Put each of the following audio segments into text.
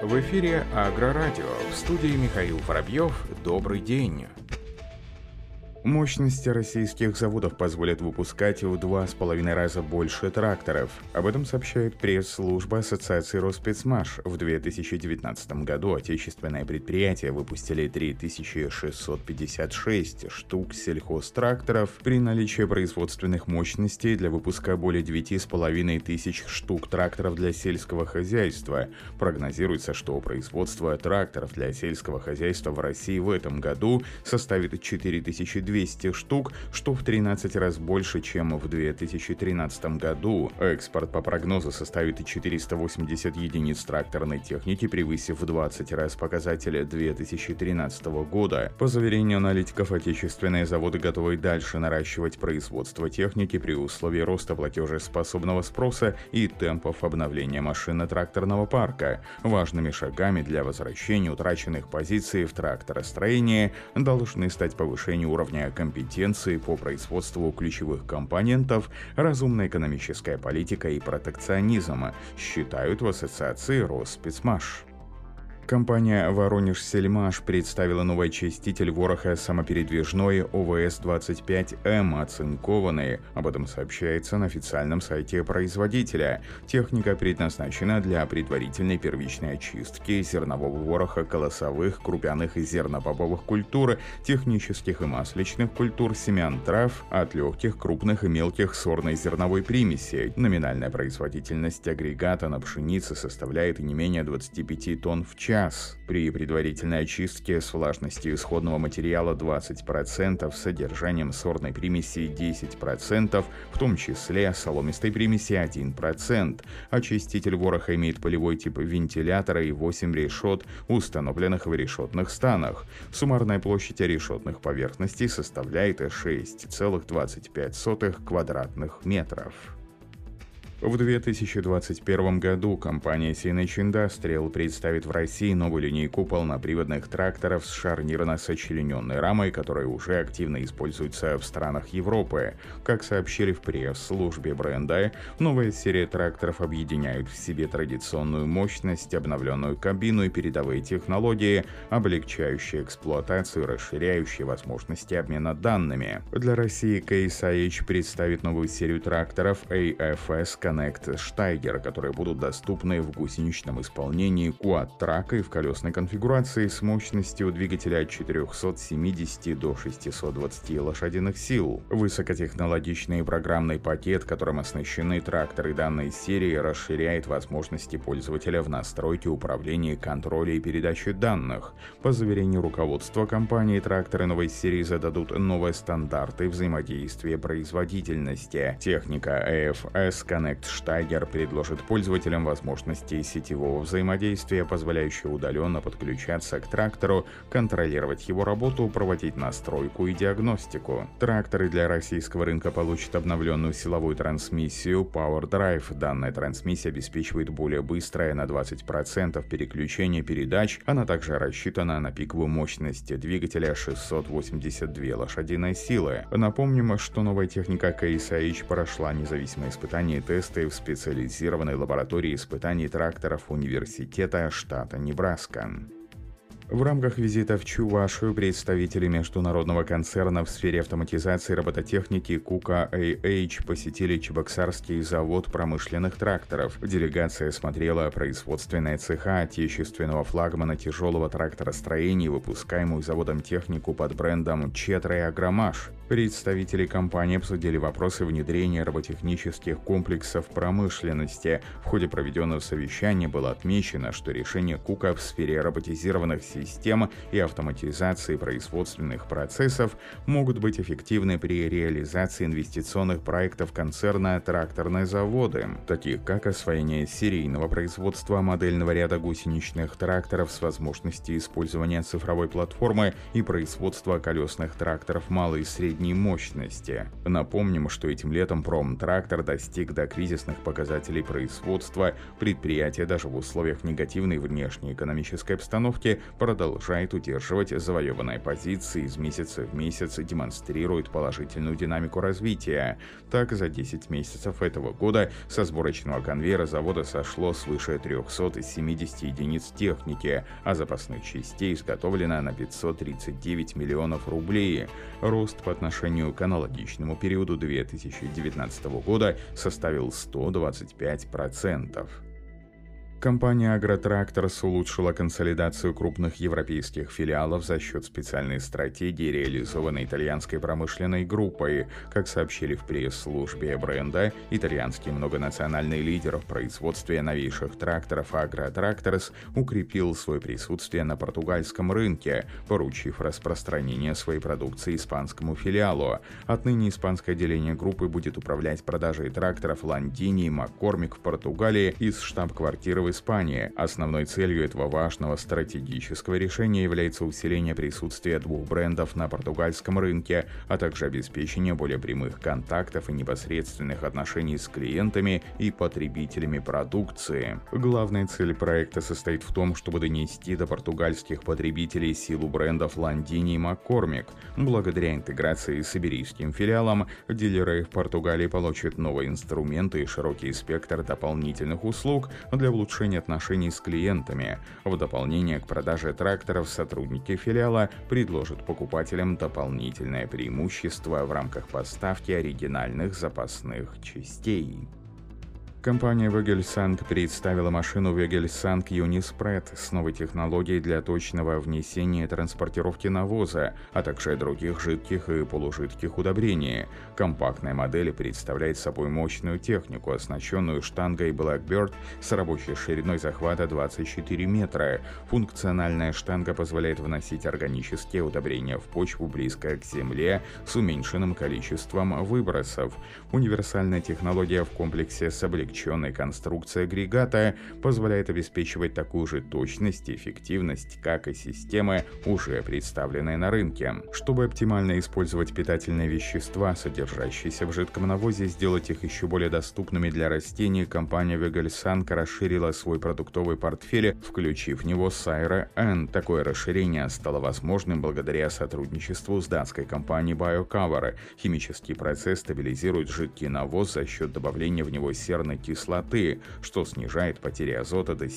В эфире Агрорадио. В студии Михаил Воробьев. Добрый день. Мощности российских заводов позволят выпускать в 2,5 раза больше тракторов. Об этом сообщает пресс-служба Ассоциации Роспецмаш. В 2019 году отечественные предприятия выпустили 3656 штук сельхозтракторов при наличии производственных мощностей для выпуска более 9500 штук тракторов для сельского хозяйства. Прогнозируется, что производство тракторов для сельского хозяйства в России в этом году составит 4200 штук, что в 13 раз больше, чем в 2013 году. Экспорт по прогнозу составит 480 единиц тракторной техники, превысив в 20 раз показатели 2013 года. По заверению аналитиков, отечественные заводы готовы дальше наращивать производство техники при условии роста платежеспособного спроса и темпов обновления машинно-тракторного парка. Важными шагами для возвращения утраченных позиций в тракторостроении должны стать повышение уровня компетенции по производству ключевых компонентов, разумная экономическая политика и протекционизм, считают в Ассоциации Роспецмаш. Компания «Воронеж-Сельмаш» представила новый очиститель вороха самопередвижной ОВС-25М, оцинкованный. Об этом сообщается на официальном сайте производителя. Техника предназначена для предварительной первичной очистки зернового вороха колосовых, крупяных и зернобобовых культур, технических и масличных культур, семян трав, от легких, крупных и мелких сорной зерновой примеси. Номинальная производительность агрегата на пшенице составляет не менее 25 тонн в час. При предварительной очистке с влажностью исходного материала 20%, с содержанием сорной примеси 10%, в том числе соломистой примеси 1%. Очиститель вороха имеет полевой тип вентилятора и 8 решет, установленных в решетных станах. Суммарная площадь решетных поверхностей составляет 6,25 квадратных метров. В 2021 году компания CNH Industrial представит в России новую линейку полноприводных тракторов с шарнирно-сочлененной рамой, которая уже активно используется в странах Европы. Как сообщили в пресс-службе бренда, новая серия тракторов объединяет в себе традиционную мощность, обновленную кабину и передовые технологии, облегчающие эксплуатацию и расширяющие возможности обмена данными. Для России Case IH представит новую серию тракторов AFS Connect Steiger, которые будут доступны в гусеничном исполнении, quad-track и в колесной конфигурации с мощностью двигателя от 470 до 620 лошадиных сил. Высокотехнологичный программный пакет, которым оснащены тракторы данной серии, расширяет возможности пользователя в настройке, управлении, контроле и передаче данных. По заверению руководства компании, тракторы новой серии зададут новые стандарты взаимодействия производительности. Техника AFS Connect Steiger предложит пользователям возможности сетевого взаимодействия, позволяющие удаленно подключаться к трактору, контролировать его работу, проводить настройку и диагностику. Тракторы для российского рынка получат обновленную силовую трансмиссию Power Drive. Данная трансмиссия обеспечивает более быстрое на 20% переключение передач. Она также рассчитана на пиковую мощность двигателя 682 лошадиной силы. Напомним, что новая техника Case IH прошла независимые испытания и тесты в специализированной лаборатории испытаний тракторов университета штата Небраска. В рамках визита в Чувашию представители международного концерна в сфере автоматизации и робототехники KUKA AH посетили Чебоксарский завод промышленных тракторов. Делегация осмотрела производственные цеха отечественного флагмана тяжелого тракторостроения, выпускаемую заводом технику под брендом Четра и Агромаш. Представители компании обсудили вопросы внедрения роботехнических комплексов промышленности. В ходе проведенного совещания было отмечено, что решения KUKA в сфере роботизированных систем и автоматизации производственных процессов могут быть эффективны при реализации инвестиционных проектов концерна «Тракторные заводы», таких как освоение серийного производства модельного ряда гусеничных тракторов с возможностью использования цифровой платформы и производства колесных тракторов малой и средней средней мощности. Напомним, что этим летом Промтрактор достиг до кризисных показателей производства. Предприятие даже в условиях негативной внешней экономической обстановки продолжает удерживать завоеванные позиции, из месяца в месяц демонстрирует положительную динамику развития. Так, за 10 месяцев этого года со сборочного конвейера завода сошло свыше 370 единиц техники, а запасных частей изготовлено на 539 миллионов рублей. Рост по отношению к аналогичному периоду 2019 года составил 125%. Компания «Агротракторс» улучшила консолидацию крупных европейских филиалов за счет специальной стратегии, реализованной итальянской промышленной группой. Как сообщили в пресс-службе бренда, итальянский многонациональный лидер в производстве новейших тракторов «Агротракторс» укрепил свое присутствие на португальском рынке, поручив распространение своей продукции испанскому филиалу. Отныне испанское отделение группы будет управлять продажей тракторов Landini и McCormick в Португалии из штаб-квартиры в Испании. Основной целью этого важного стратегического решения является усиление присутствия двух брендов на португальском рынке, а также обеспечение более прямых контактов и непосредственных отношений с клиентами и потребителями продукции. Главная цель проекта состоит в том, чтобы донести до португальских потребителей силу брендов Landini и McCormick. Благодаря интеграции с иберийским филиалом, дилеры в Португалии получат новые инструменты и широкий спектр дополнительных услуг для улучшения отношений с клиентами. В дополнение к продаже тракторов сотрудники филиала предложат покупателям дополнительное преимущество в рамках поставки оригинальных запасных частей. Компания Vogelsang представила машину Vogelsang Unispread с новой технологией для точного внесения и транспортировки навоза, а также других жидких и полужидких удобрений. Компактная модель представляет собой мощную технику, оснащенную штангой Blackbird с рабочей шириной захвата 24 метра. Функциональная штанга позволяет вносить органические удобрения в почву близко к земле с уменьшенным количеством выбросов. Универсальная технология в комплексе с облегченной конструкция агрегата позволяет обеспечивать такую же точность и эффективность, как и системы, уже представленные на рынке. Чтобы оптимально использовать питательные вещества, содержащиеся в жидком навозе, и сделать их еще более доступными для растений, компания Vogelsang расширила свой продуктовый портфель, включив в него Syre N. Такое расширение стало возможным благодаря сотрудничеству с датской компанией BioCover. Химический процесс стабилизирует жидкий навоз за счет добавления в него серной кислоты, что снижает потери азота до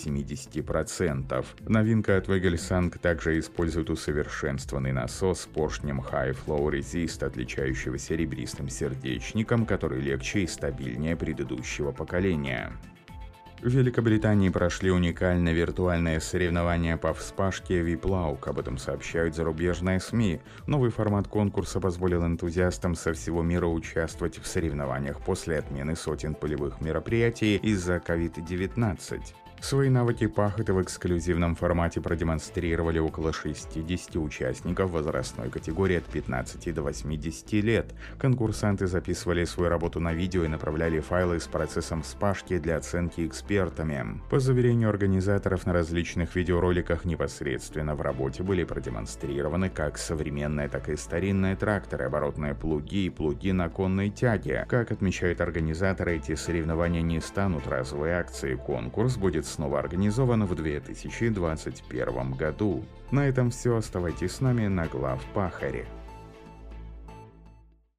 70%. Новинка от Vogelsang также использует усовершенствованный насос с поршнем High Flow Resist, отличающегося ребристым сердечником, который легче и стабильнее предыдущего поколения. В Великобритании прошли уникальные виртуальные соревнования по вспашке Виплаук, об этом сообщают зарубежные СМИ. Новый формат конкурса позволил энтузиастам со всего мира участвовать в соревнованиях после отмены сотен полевых мероприятий из-за COVID-19. Свои навыки пахоты в эксклюзивном формате продемонстрировали около 60 участников возрастной категории от 15 до 80 лет. Конкурсанты записывали свою работу на видео и направляли файлы с процессом вспашки для оценки экспертами. По заверению организаторов, на различных видеороликах непосредственно в работе были продемонстрированы как современные, так и старинные тракторы, оборотные плуги и плуги на конной тяге. Как отмечают организаторы, эти соревнования не станут разовой акцией. Конкурс будет снова организован в 2021 году. На этом все. Оставайтесь с нами на Главпахаре.